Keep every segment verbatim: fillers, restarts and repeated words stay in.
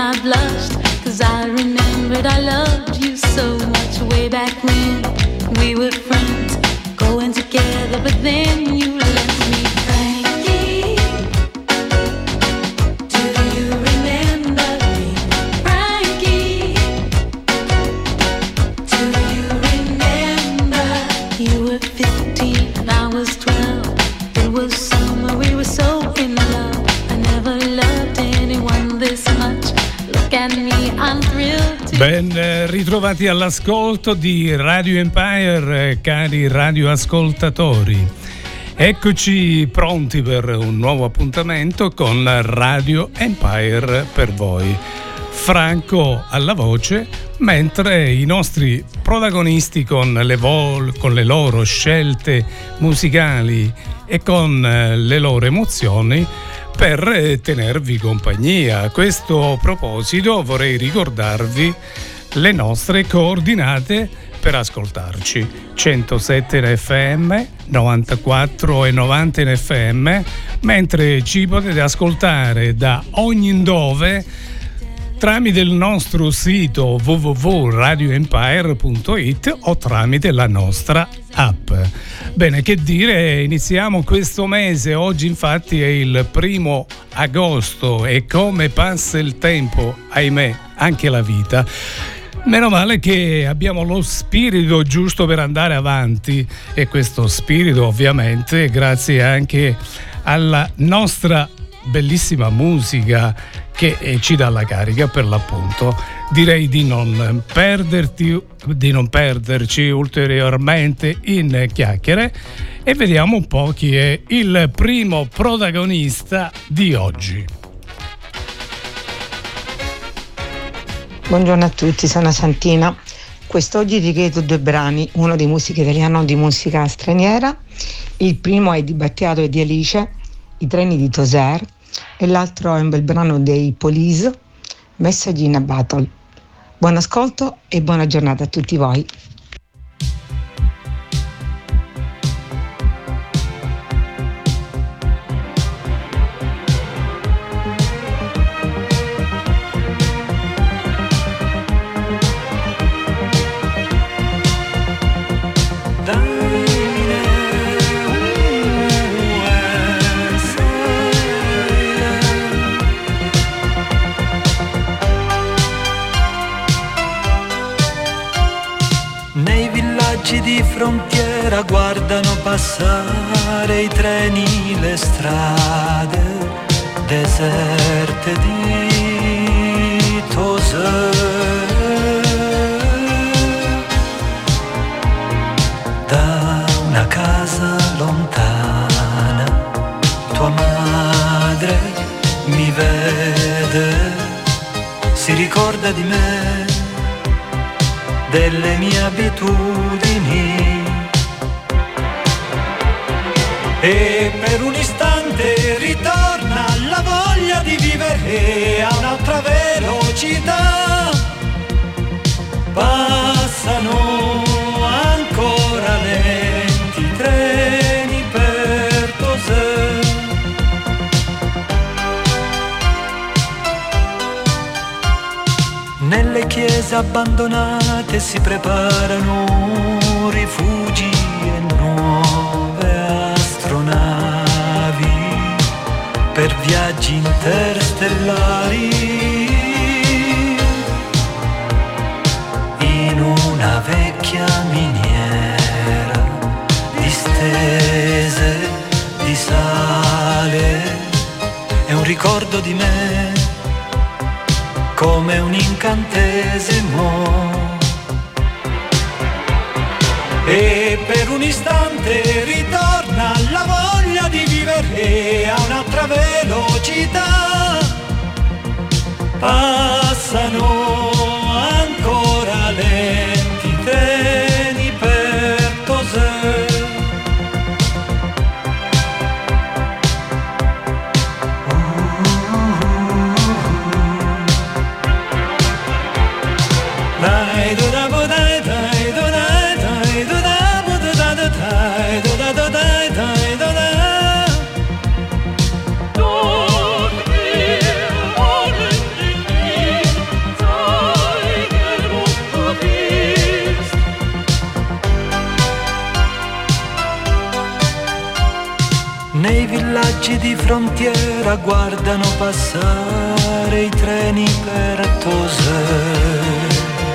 I blushed, 'cause I remembered I loved you so much way back when we were friends, going together, but then you left me. Frankie, do you remember me? Frankie, do you remember? You were fifteen and I was twelve. It was summer, we were so in love. I never loved anyone this much. Look at me, I'm thrilled to... Ben eh, ritrovati all'ascolto di Radio Empire, eh, cari radioascoltatori. Eccoci pronti per un nuovo appuntamento con Radio Empire per voi. Franco alla voce, mentre i nostri protagonisti con le, vol- con le loro scelte musicali e con le loro emozioni per tenervi compagnia. A questo proposito vorrei ricordarvi le nostre coordinate per ascoltarci: centosette in F M, novantaquattro e novanta in F M, mentre ci potete ascoltare da ogni dove tramite il nostro sito w w w punto radio empire punto i t o tramite la nostra app. Bene, che dire, iniziamo questo mese. Oggi infatti è il primo agosto e come passa il tempo, ahimè, anche la vita. Meno male che abbiamo lo spirito giusto per andare avanti, e questo spirito ovviamente grazie anche alla nostra bellissima musica che ci dà la carica, per l'appunto. Direi di non perderti, di non perderci ulteriormente in chiacchiere e vediamo un po' chi è il primo protagonista di oggi. Buongiorno a tutti, sono Santina. Quest'oggi richiedo due brani, uno di musica italiana e di musica straniera. Il primo è di Battiato e di Alice, I treni di Toser, e l'altro è un bel brano dei Police, Message in a Battle. Buon ascolto e buona giornata a tutti voi. Di frontiera guardano passare i treni, le strade deserte di Toser. Da una casa lontana tua madre mi vede, si ricorda di me, delle mie abitudini, e per un istante ritorna la voglia di vivere a un'altra velocità. Passano ancora lenti i treni per Toser. Nelle chiese abbandonate si preparano rifugi e nuove astronavi per viaggi interstellari. In una vecchia miniera distese di sale è un ricordo di me, come un incantesimo, e per un istante ritorna la voglia di vivere a un'altra velocità. Passano ancora lenti i treni per Toser. frontiera guardano passare i treni per Tosè.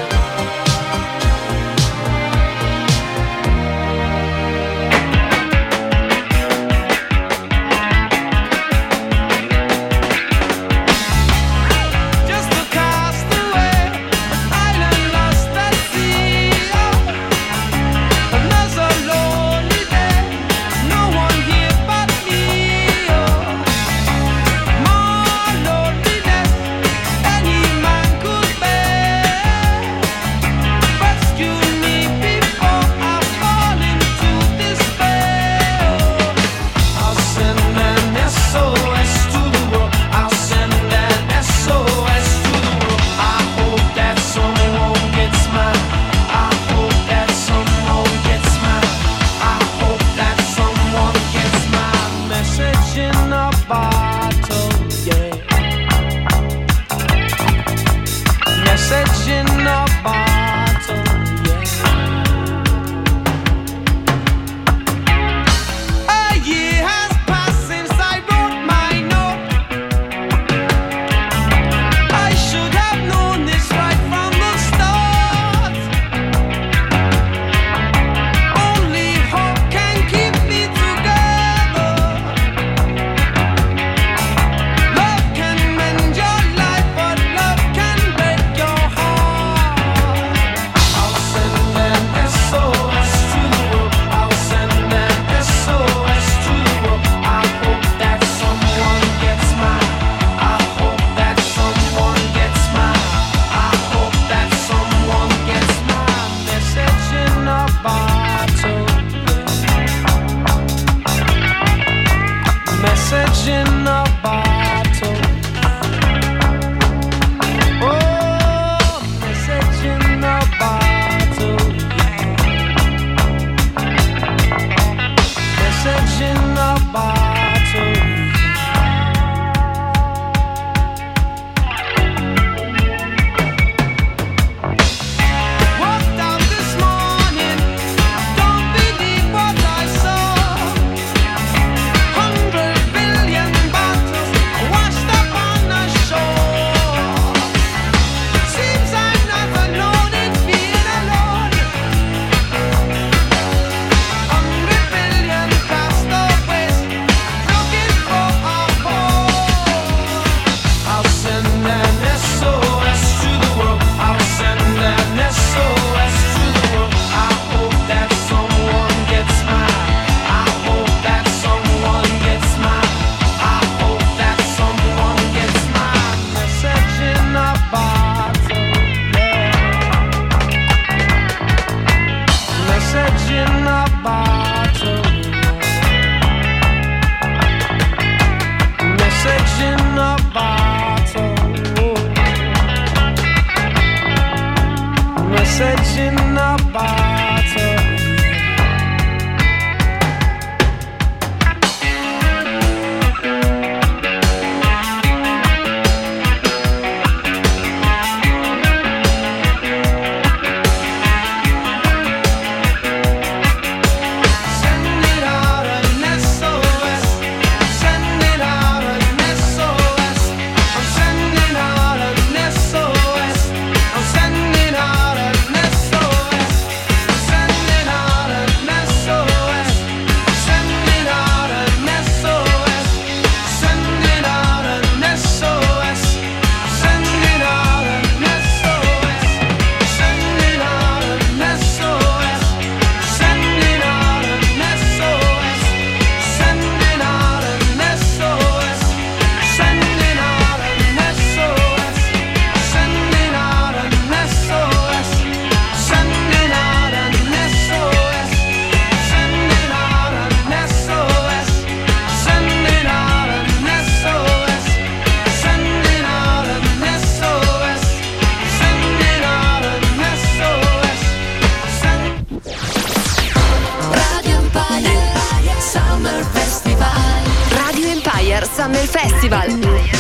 Summer Festival.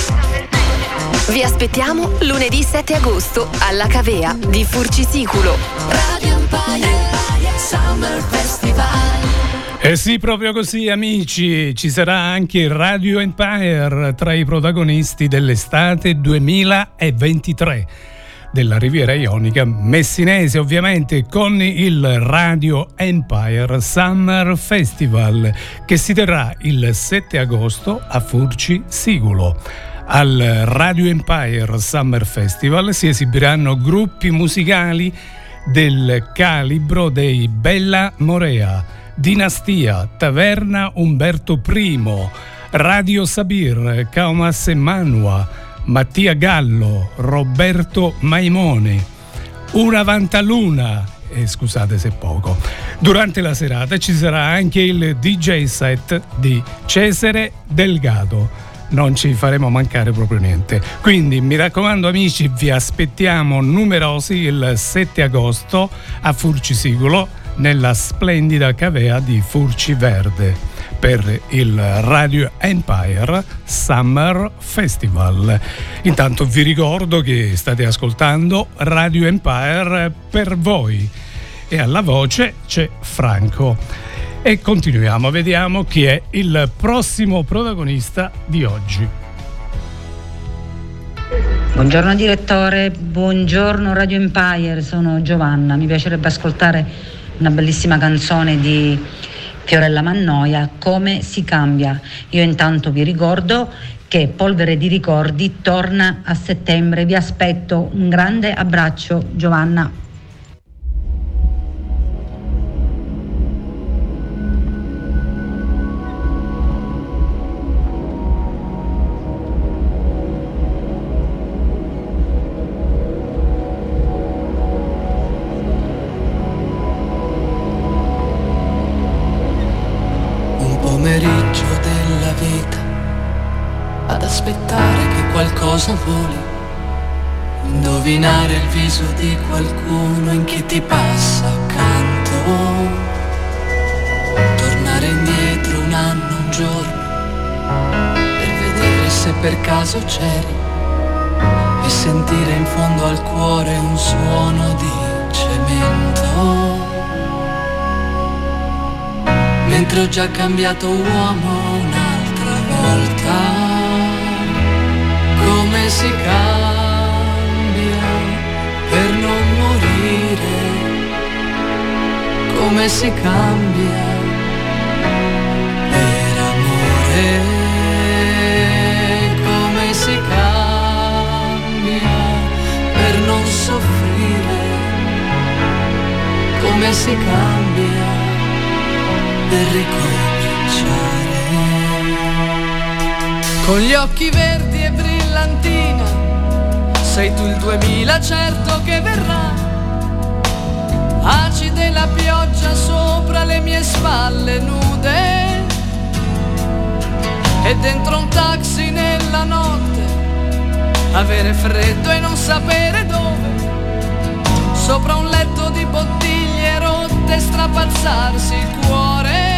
Vi aspettiamo lunedì sette agosto alla Cavea di Furcisicolo. Radio Empire Summer Festival. Eh sì, proprio così, amici, ci sarà anche Radio Empire tra i protagonisti dell'estate duemilaventitré della Riviera Ionica messinese, ovviamente, con il Radio Empire Summer Festival che si terrà il sette agosto a Furci Sigulo. Al Radio Empire Summer Festival si esibiranno gruppi musicali del calibro dei Bella Morea, Dinastia, Taverna Umberto I, Radio Sabir, Kaumas Emanua, Mattia Gallo, Roberto Maimone, Una Vantaluna, e scusate se poco. Durante la serata ci sarà anche il D J set di Cesare Delgado. Non ci faremo mancare proprio niente. Quindi mi raccomando, amici, vi aspettiamo numerosi il sette agosto a Furcisigulo, nella splendida cavea di Furci Verde, per il Radio Empire Summer Festival. Intanto vi ricordo che state ascoltando Radio Empire per voi e alla voce c'è Franco. E continuiamo, vediamo chi è il prossimo protagonista di oggi. Buongiorno direttore, buongiorno Radio Empire, sono Giovanna. Mi piacerebbe ascoltare una bellissima canzone di Fiorella Mannoia, Come si cambia. Io intanto vi ricordo che Polvere di Ricordi torna a settembre, vi aspetto. Un grande abbraccio, Giovanna. Cosa voli? Indovinare il viso di qualcuno in chi ti passa accanto. Tornare indietro un anno, un giorno, per vedere se per caso c'eri e sentire in fondo al cuore un suono di cemento. Mentre ho già cambiato uomo un'altra volta. Come si cambia per non morire, come si cambia per amore, come si cambia per non soffrire, come si cambia per ricominciare. Con gli occhi verdi e brillantina, sei tu il duemila certo che verrà. Acide la pioggia sopra le mie spalle nude e dentro un taxi nella notte, avere freddo e non sapere dove, sopra un letto di bottiglie rotte strapazzarsi il cuore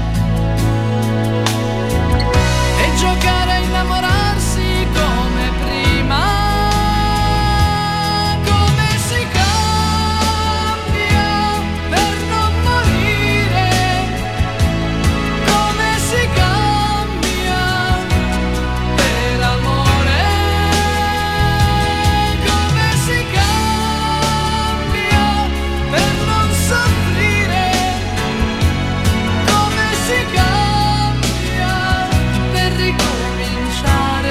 e giocare a innamorarsi come prima. Come si cambia per non morire, come si cambia per amore, come si cambia per non soffrire, come si cambia per ricominciare.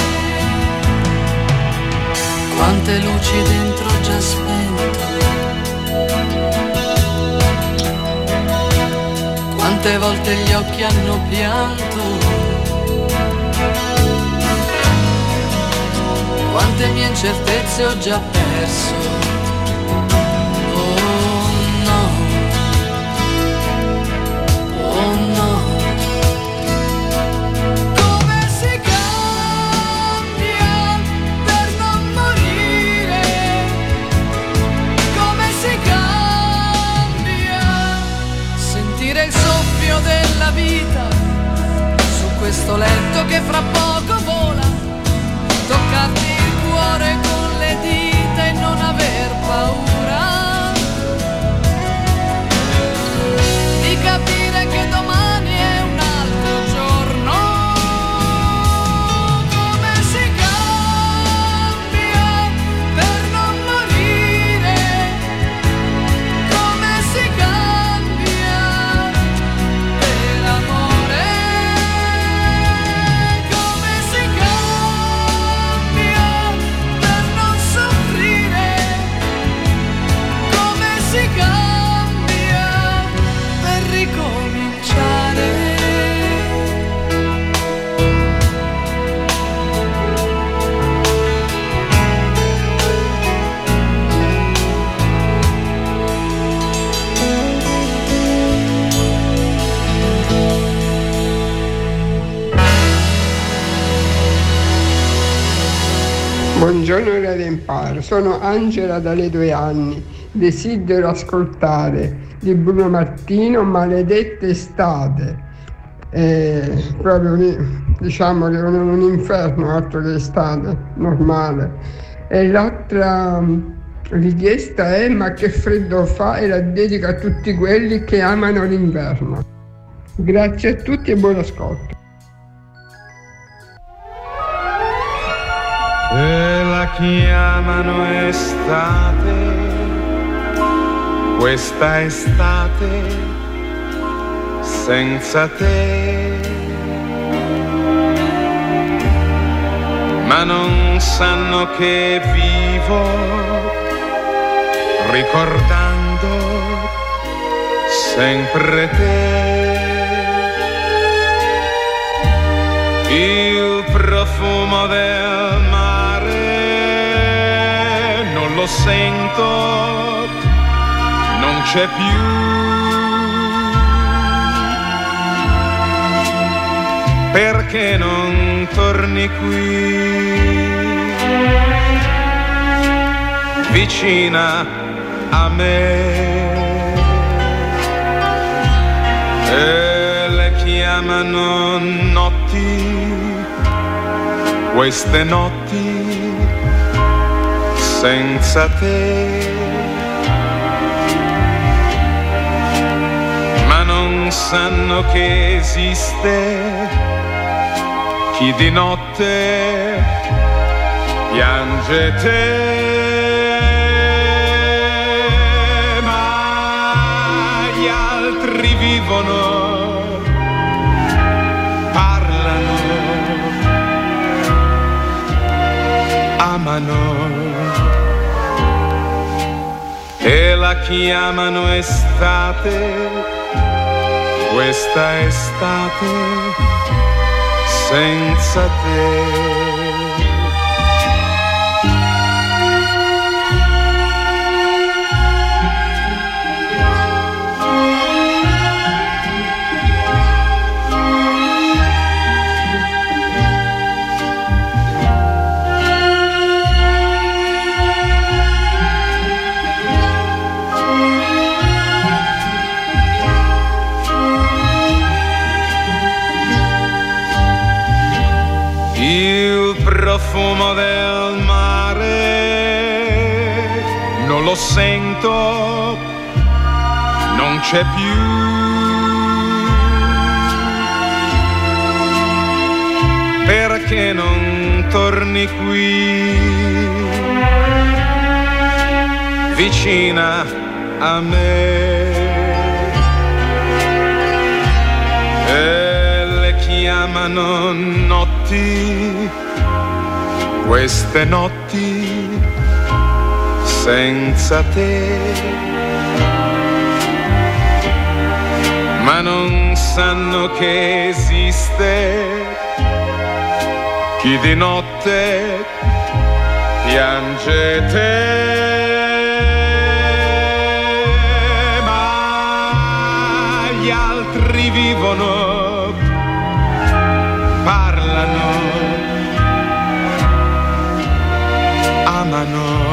Quante luci dentro già spento, quante volte gli occhi hanno pianto, quante mie incertezze ho già perso. Oh no, oh no. Della vita su questo letto che fra poco vola, toccarti il cuore con le dita e non aver paura di capire che Buongiorno Radio Empire, sono Angela dalle due anni. Desidero ascoltare di Bruno Martino Maledetta estate. È proprio, diciamo che è un inferno altro che estate, normale. E l'altra richiesta è Ma che freddo fa, e la dedica a tutti quelli che amano l'inverno. Grazie a tutti e buon ascolto. E la chiamano estate, questa estate senza te, ma non sanno che vivo ricordando sempre te. Il profumo del mare non lo sento, non c'è più. Perché non torni qui, vicina a me? E le chiamano notti, queste notti senza te, ma non sanno che esiste chi di notte piange te, ma gli altri vivono, parlano, amano e la chiamano estate, questa estate senza te. Il profumo del mare non lo sento, non c'è più. Perché non torni qui, vicina a me? E le chiamano notti, queste notti senza te, ma non sanno che esiste chi di notte piange te, ma gli altri vivono, parlano, amano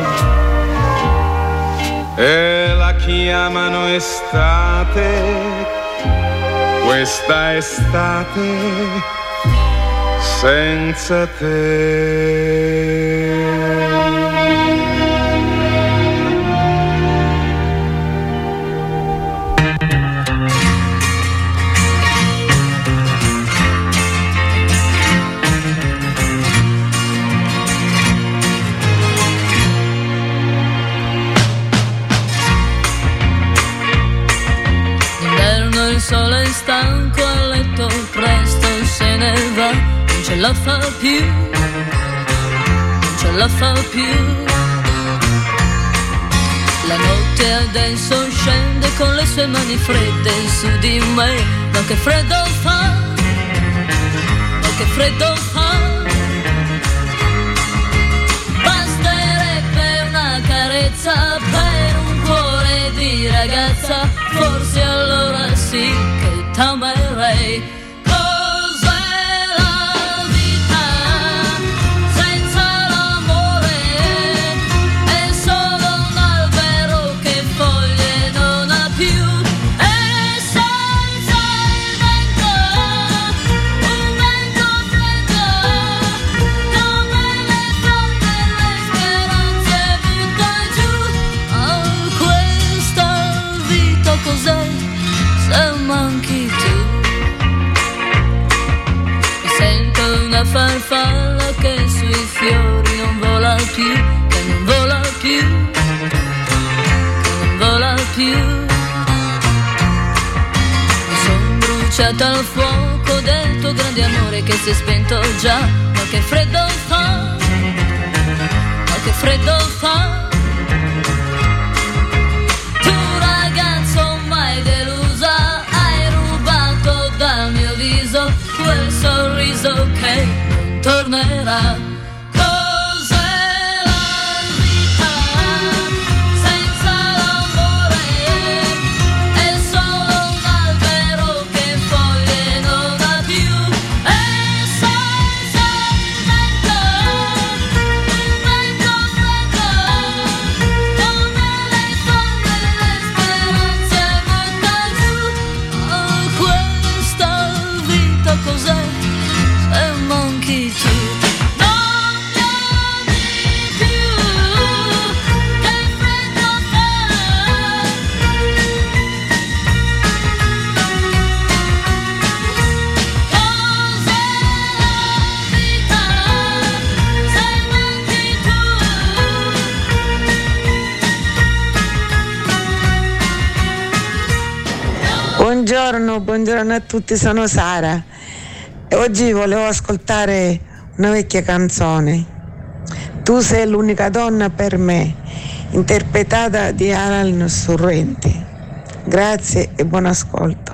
e la chiamano estate, questa estate senza te. Il sole è stanco a letto, presto se ne va, non ce la fa più, non ce la fa più. La notte adesso scende con le sue mani fredde su di me, ma che freddo fa, ma che freddo fa. Basterebbe una carezza per un cuore di ragazza, forse allora sì che t'amerei. Cos'è la vita senza l'amore? una farfalla che sui fiori non vola più, che non vola più, che non vola più. Mi son bruciata al fuoco del tuo grande amore che si è spento già, ma che freddo fa, ma che freddo fa. Tu ragazzo mai delusa, hai rubato dal mio viso quel sorriso che non tornerà. Buongiorno, buongiorno a tutti, sono Sara e oggi volevo ascoltare una vecchia canzone, Tu sei l'unica donna per me, interpretata di Alan Sorrenti. Grazie e buon ascolto.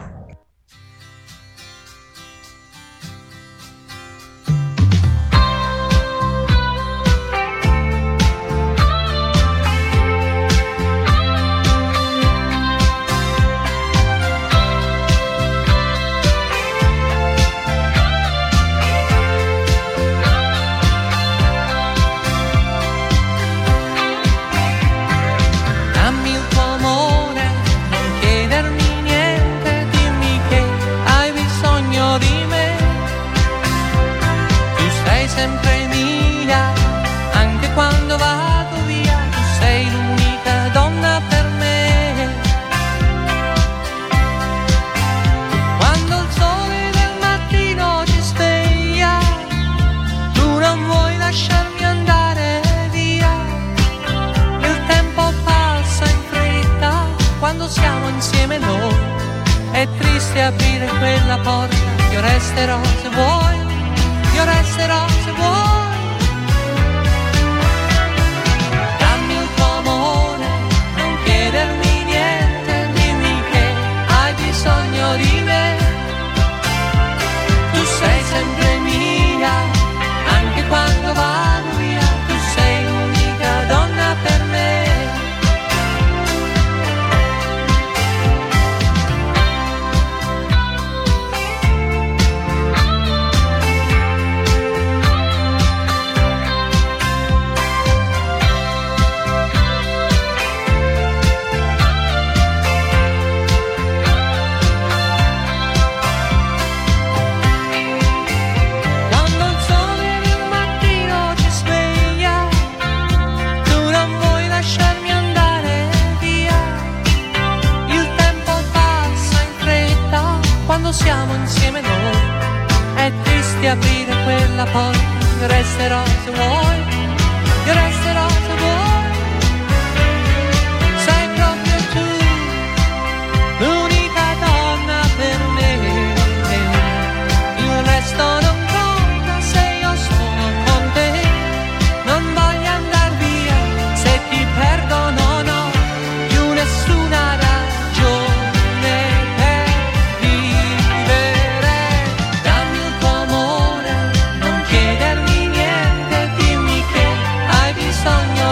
Sogno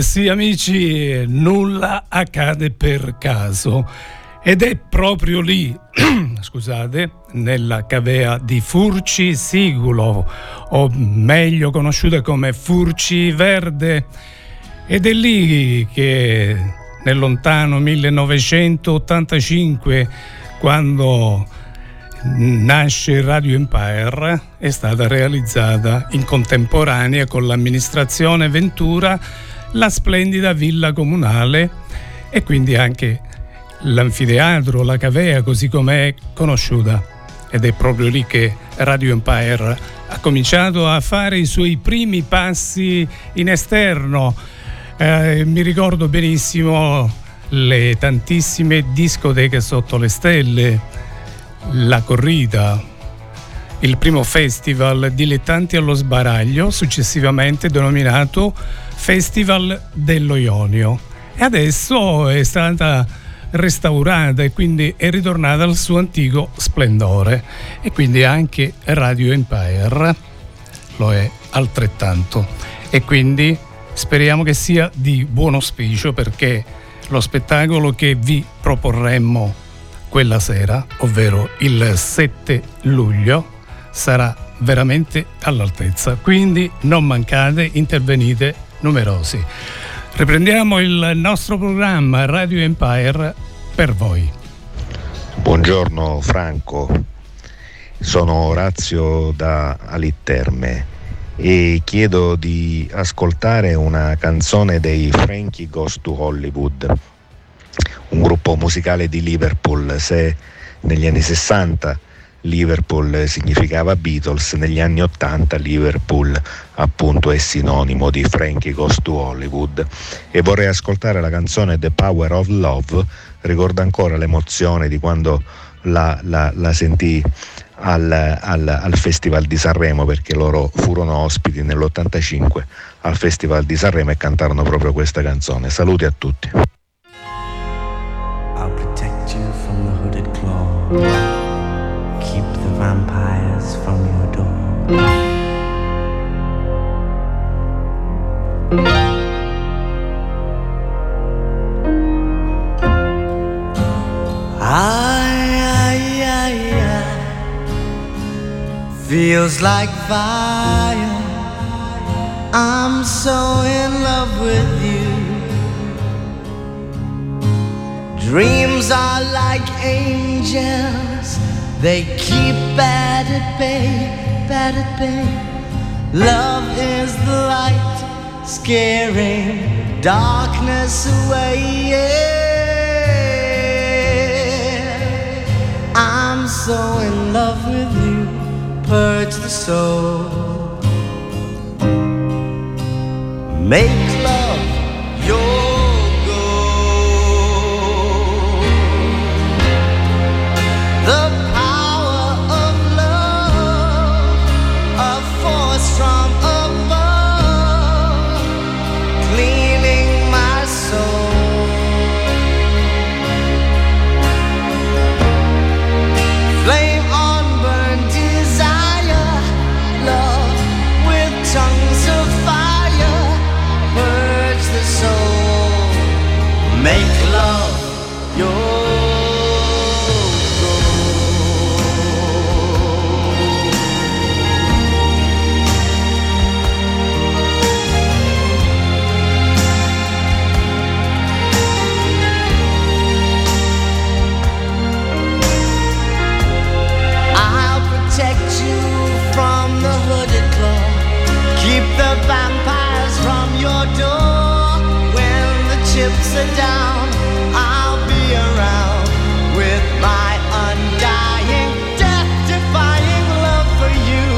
Eh sì, amici, nulla accade per caso. Ed è proprio lì, scusate, nella cavea di Furci Sigulo, o meglio conosciuta come Furci Verde, ed è lì che nel lontano millenovecentottantacinque, quando nasce Radio Empire, è stata realizzata in contemporanea con l'amministrazione Ventura la splendida villa comunale e quindi anche l'anfiteatro, la cavea così come è conosciuta. Ed è proprio lì che Radio Empire ha cominciato a fare i suoi primi passi in esterno. Eh, mi ricordo benissimo le tantissime discoteche sotto le stelle, la corrida, il primo festival Dilettanti allo Sbaraglio, successivamente denominato Festival dello Ionio, e adesso è stata restaurata e quindi è ritornata al suo antico splendore, e quindi anche Radio Empire lo è altrettanto, e quindi speriamo che sia di buon auspicio, perché lo spettacolo che vi proporremmo quella sera, ovvero il sette luglio, sarà veramente all'altezza, quindi non mancate, intervenite numerosi. Riprendiamo il nostro programma Radio Empire per voi. Buongiorno Franco, sono Orazio da Alitterme e chiedo di ascoltare una canzone dei Frankie Goes to Hollywood, un gruppo musicale di Liverpool. Se negli anni sessanta Liverpool significava Beatles, negli anni ottanta Liverpool appunto è sinonimo di Frankie Goes to Hollywood, e vorrei ascoltare la canzone The Power of Love. Ricordo ancora l'emozione di quando la, la, la sentì al, al, al Festival di Sanremo, perché loro furono ospiti nell'ottantacinque al Festival di Sanremo e cantarono proprio questa canzone. Saluti a tutti. I'll protect you from the hooded claw, keep the vampires from your door. I, I, I, I feels like fire. I'm so in love with you. Dreams are like angels, they keep bad at bay, bad at bay. Love is the light, scaring darkness away, yeah. I'm so in love with you, purge the soul. Make love your the power of love, a force from above, cleaning my soul. Flame on burn desire, love with tongues of fire, purge the soul. Make love your keep the vampires from your door. When the chips are down, I'll be around with my undying, death-defying love for you.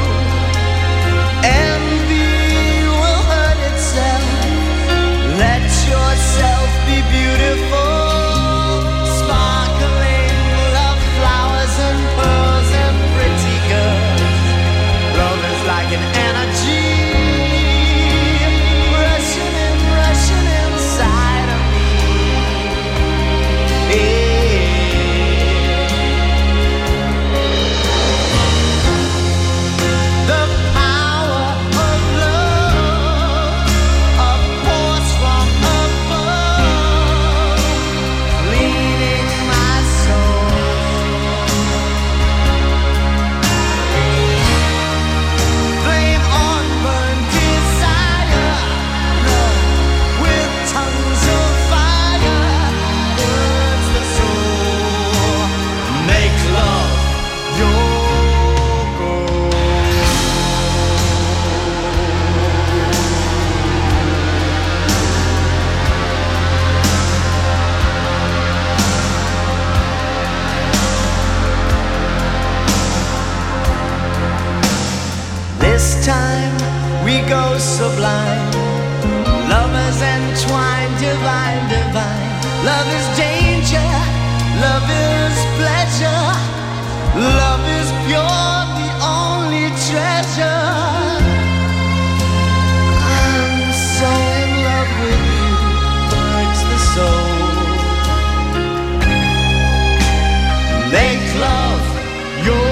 Envy will hurt itself. Let yourself be beautiful, sparkling love flowers and pearls and pretty girls. Love is like an energy rushing and rushing inside of me. Yeah. time we go sublime. Love is entwined, divine, divine. Love is danger, love is pleasure. Love is pure, the only treasure. I'm so in love with you, burns the soul. Make love your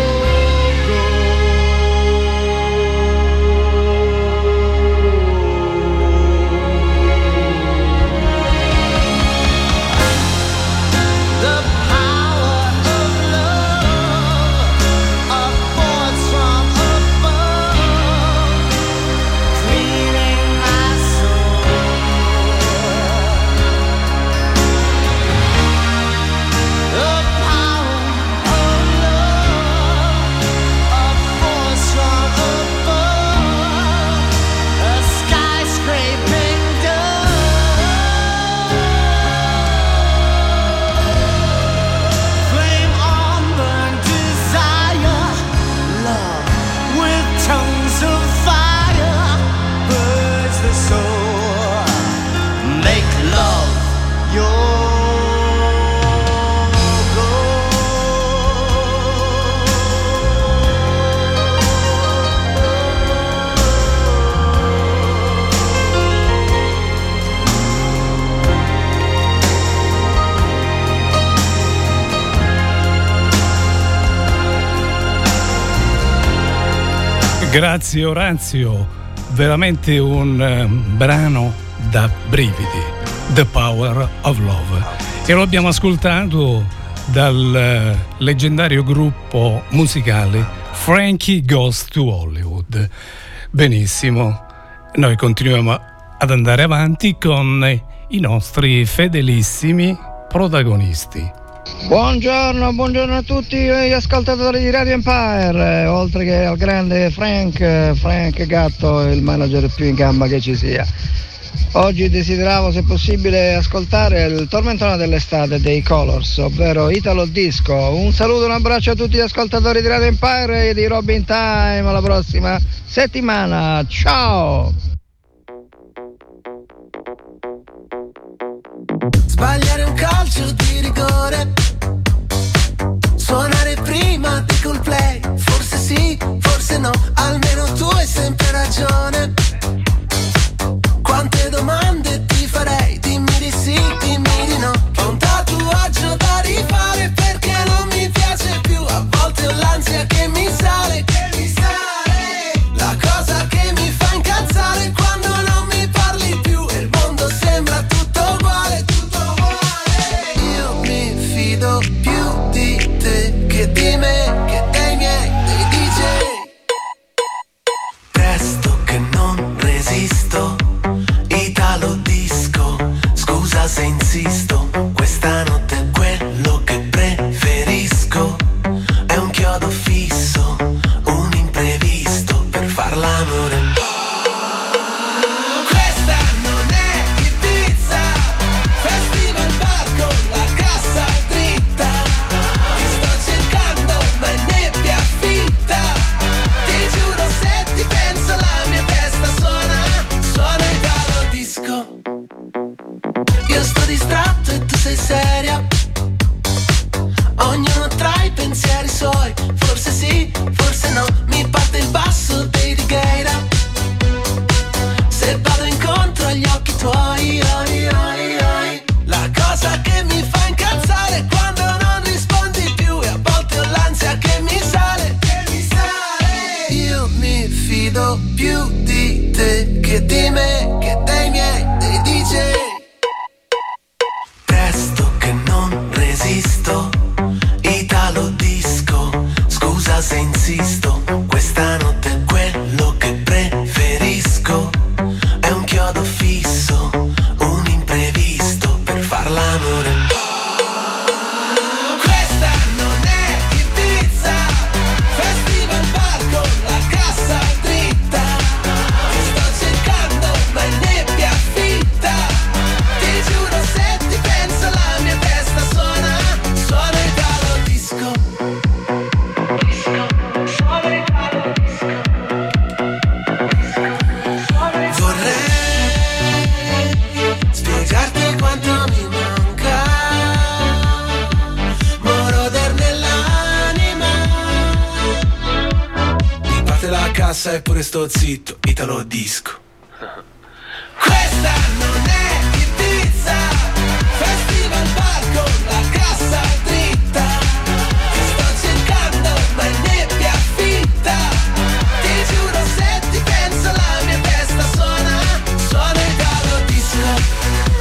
Grazie Orazio, veramente un uh, brano da brividi, The Power of Love. E lo abbiamo ascoltato dal uh, leggendario gruppo musicale Frankie Goes to Hollywood. Benissimo, noi continuiamo ad andare avanti con i nostri fedelissimi protagonisti. Buongiorno, buongiorno a tutti gli ascoltatori di Radio Empire, oltre che al grande Frank, Frank Gatto, il manager più in gamba che ci sia. Oggi desideravo, se possibile, ascoltare il tormentone dell'estate dei Colors, ovvero Italo Disco. Un saluto, un abbraccio a tutti gli ascoltatori di Radio Empire e di Robin Time, alla prossima settimana, ciao! Sbagliare un calcio di rigore, suonare prima di Coldplay, forse sì, forse no, almeno tu hai sempre ragione. Quante domande ti farei, dimmi di sì, dimmi di no. Ho un tatuaggio da rifare perché non mi piace più, a volte ho l'ansia che mi sale, che mi sale. La cosa che mi fa incazzare quando non mi parli più e il mondo sembra tutto uguale, tutto uguale. Io mi fido più di te che di me, che dei miei, dei D J. Presto che non resisto, Italo Disco, scusa se insisto, questa notte è quello che preferisco, è un chiodo fisso, un imprevisto per far l'amore. Questa non è Ibiza, festival bar con la cassa dritta, ti sto cercando ma è nebbia fitta, ti giuro se ti penso la mia testa suona, suona Italo Disco. Io sto distratto e tu sei cassa e pure sto zitto, Italo disco. Questa non è Ibiza, festival bar con la cassa dritta. Ti sto cercando ma è nebbia fitta. Ti giuro se ti penso la mia testa suona, suona Italo disco.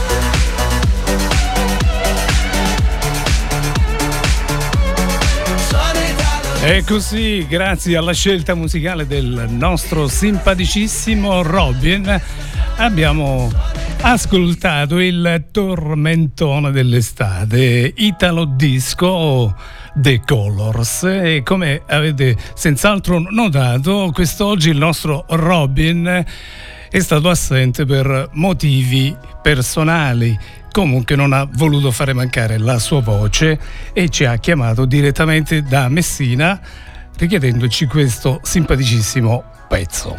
E così, grazie alla scelta musicale del nostro simpaticissimo Robin, abbiamo ascoltato il tormentone dell'estate, Italo Disco The Colors. E come avete senz'altro notato, quest'oggi il nostro Robin è stato assente per motivi personali. Comunque non ha voluto fare mancare la sua voce e ci ha chiamato direttamente da Messina richiedendoci questo simpaticissimo pezzo.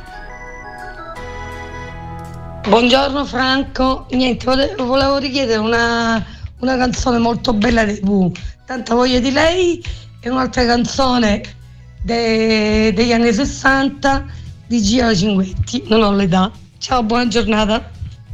Buongiorno Franco, niente, volevo richiedere una, una canzone molto bella dei Pooh, Tanta voglia di lei, e un'altra canzone de, degli anni sessanta di Gino Cinquetti, non ho l'età. Ciao, buona giornata.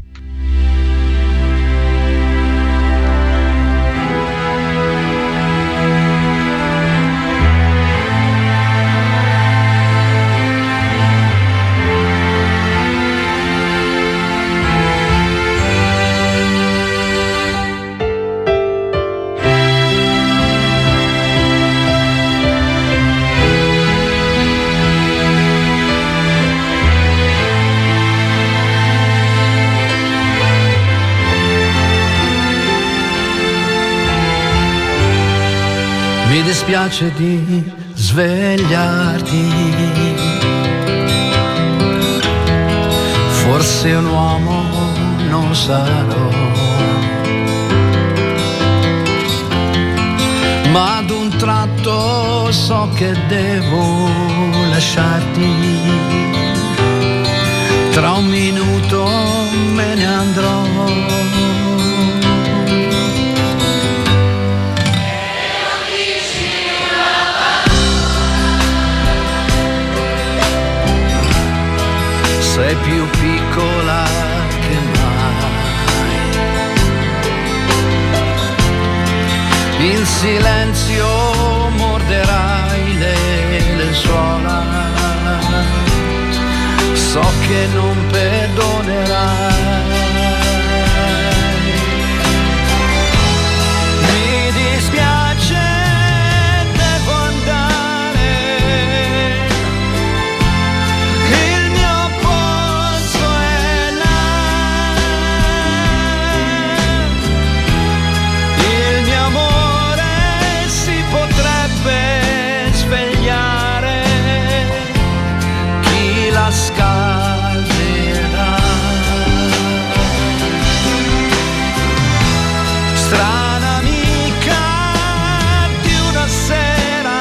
Mi dispiace di svegliarti, forse un uomo non sarò, ma ad un tratto so che devo lasciarti, tra un minuto me ne andrò. Sei più piccola che mai, in silenzio morderai le lenzuola, so che non perdonerai. Mi dispiace, devo andare, il mio posto è là, il mio amore si potrebbe svegliare, chi la scalderà. Strana amica di una sera,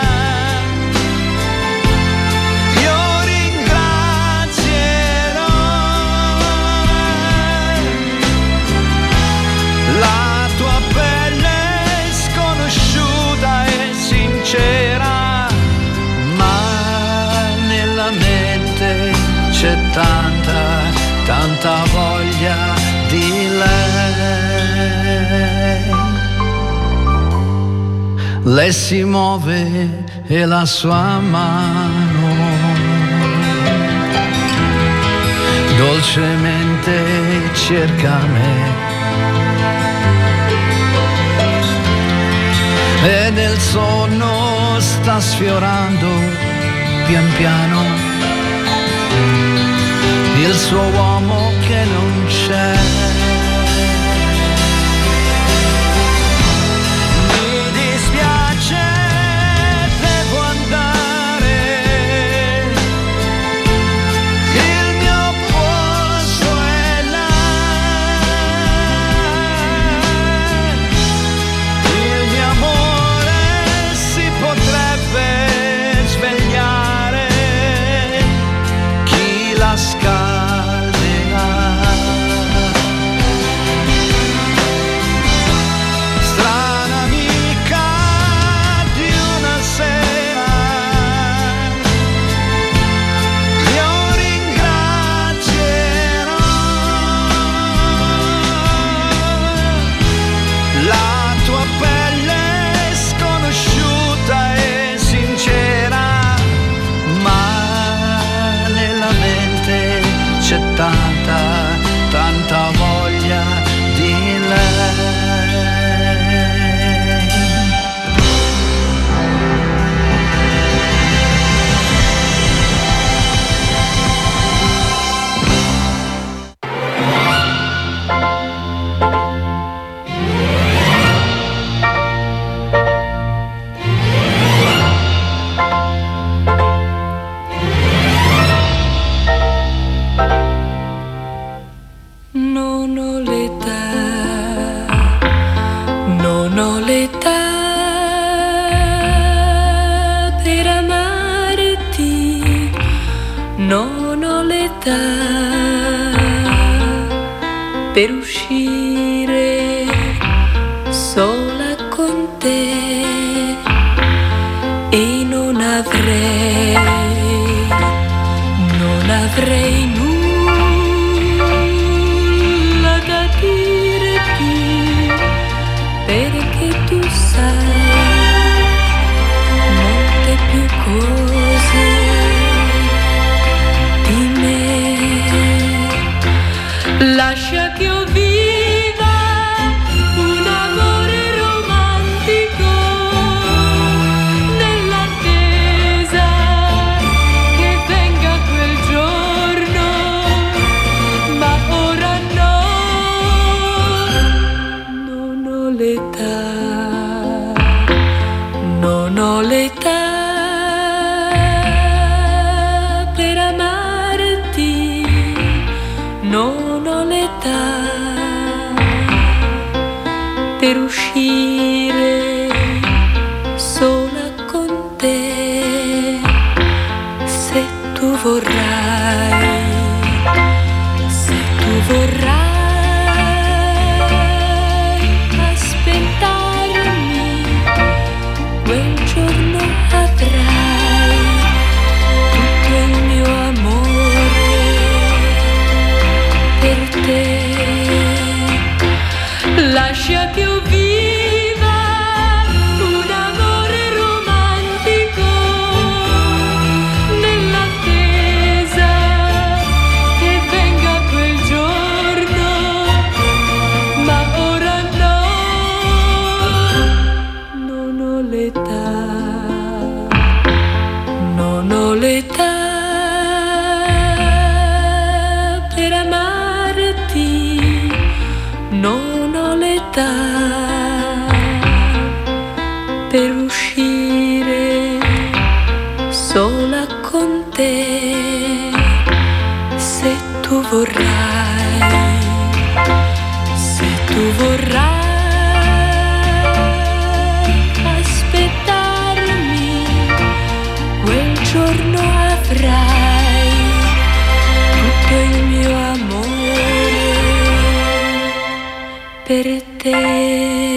io ringrazierò la tua pelle sconosciuta e sincera, ma nella mente c'è tanta, tanta voglia di lei. Lei si muove e la sua mano dolcemente cerca me, e nel sonno sta sfiorando pian piano il suo uomo che non c'è. Mi dispiace, devo andare, il mio posto è là, il mio amore si potrebbe svegliare, chi la scalderà. ho l'età per amarti, non ho l'età per uscire sola con te e non avrei, non avrei nulla da dirti, perché tu sai molte più cose di me. Lascia che io viva un amore romantico nell'attesa che venga quel giorno, ma ora no, non ho l'età, non ho l'età per amarti, non ho l'età per uscire sola con te, se tu vorrai, se tu vorrai aspettarmi, quel giorno avrai tutto il mio amore per te. Lascia che io viva un amore romantico nell'attesa che venga quel giorno, ma ora no, non ho l'età, non ho l'età per amarti, non ho l'età per uscire sola con te, se tu vorrai, se tu vorrai aspettarmi, quel giorno avrai tutto il mio amore per te.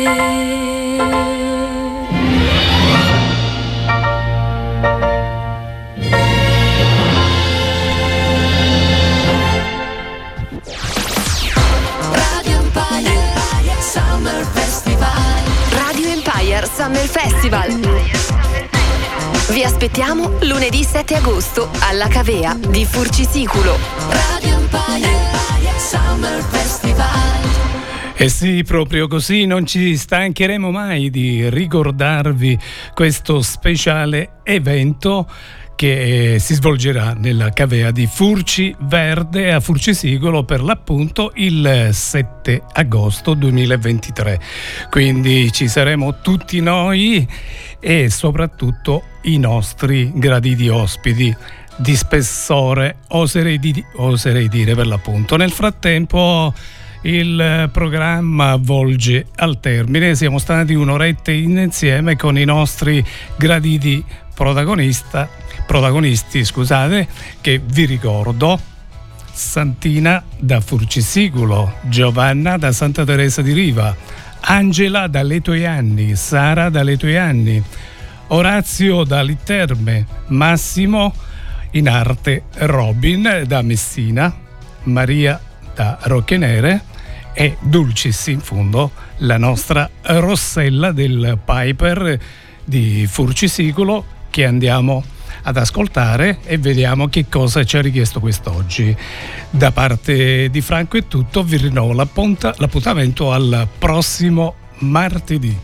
Radio Empire Summer Festival. Radio Empire Summer Festival. Vi aspettiamo lunedì sette agosto alla Cavea di Furcisicolo. Radio Empire Summer Festival. E sì, proprio così, non ci stancheremo mai di ricordarvi questo speciale evento che si svolgerà nella Cavea di Furci Verde a Furcisicolo per l'appunto il sette agosto duemilaventitré. Quindi ci saremo tutti noi e soprattutto i nostri graditi ospiti di spessore, oserei, di, oserei dire per l'appunto. Nel frattempo il programma volge al termine, siamo stati un'oretta insieme con i nostri graditi protagonista, protagonisti, scusate, che vi ricordo: Santina da Furcisicolo, Giovanna da Santa Teresa di Riva, Angela da Leto e Anni, Sara da Leto e Anni, Orazio da Litterme, Massimo in arte Robin da Messina, Maria da Rocchenere e Dulcis in fondo la nostra Rossella del Piper di Furcisicolo, che andiamo ad ascoltare e vediamo che cosa ci ha richiesto quest'oggi. Da parte di Franco è tutto, vi rinnovo l'appuntamento al prossimo martedì.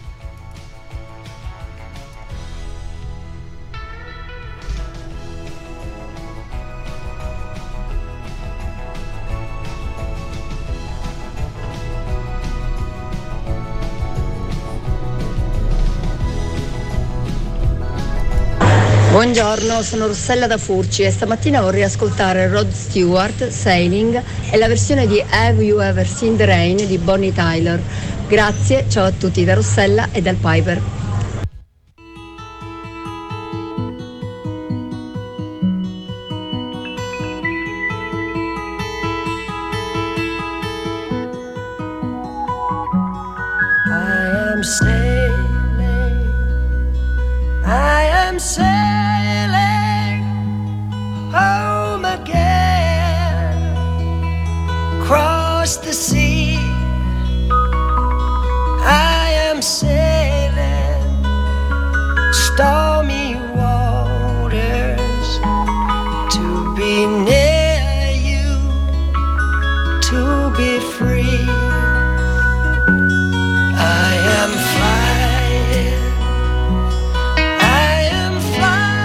Buongiorno, sono Rossella da Furci e stamattina vorrei ascoltare Rod Stewart, Sailing, e la versione di Have You Ever Seen the Rain di Bonnie Tyler. Grazie, ciao a tutti da Rossella e dal Piper. I am sailing, I am sailing home again, across the sea. I am sailing stormy waters to be near you, to be free. I am flying, I am flying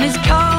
his car.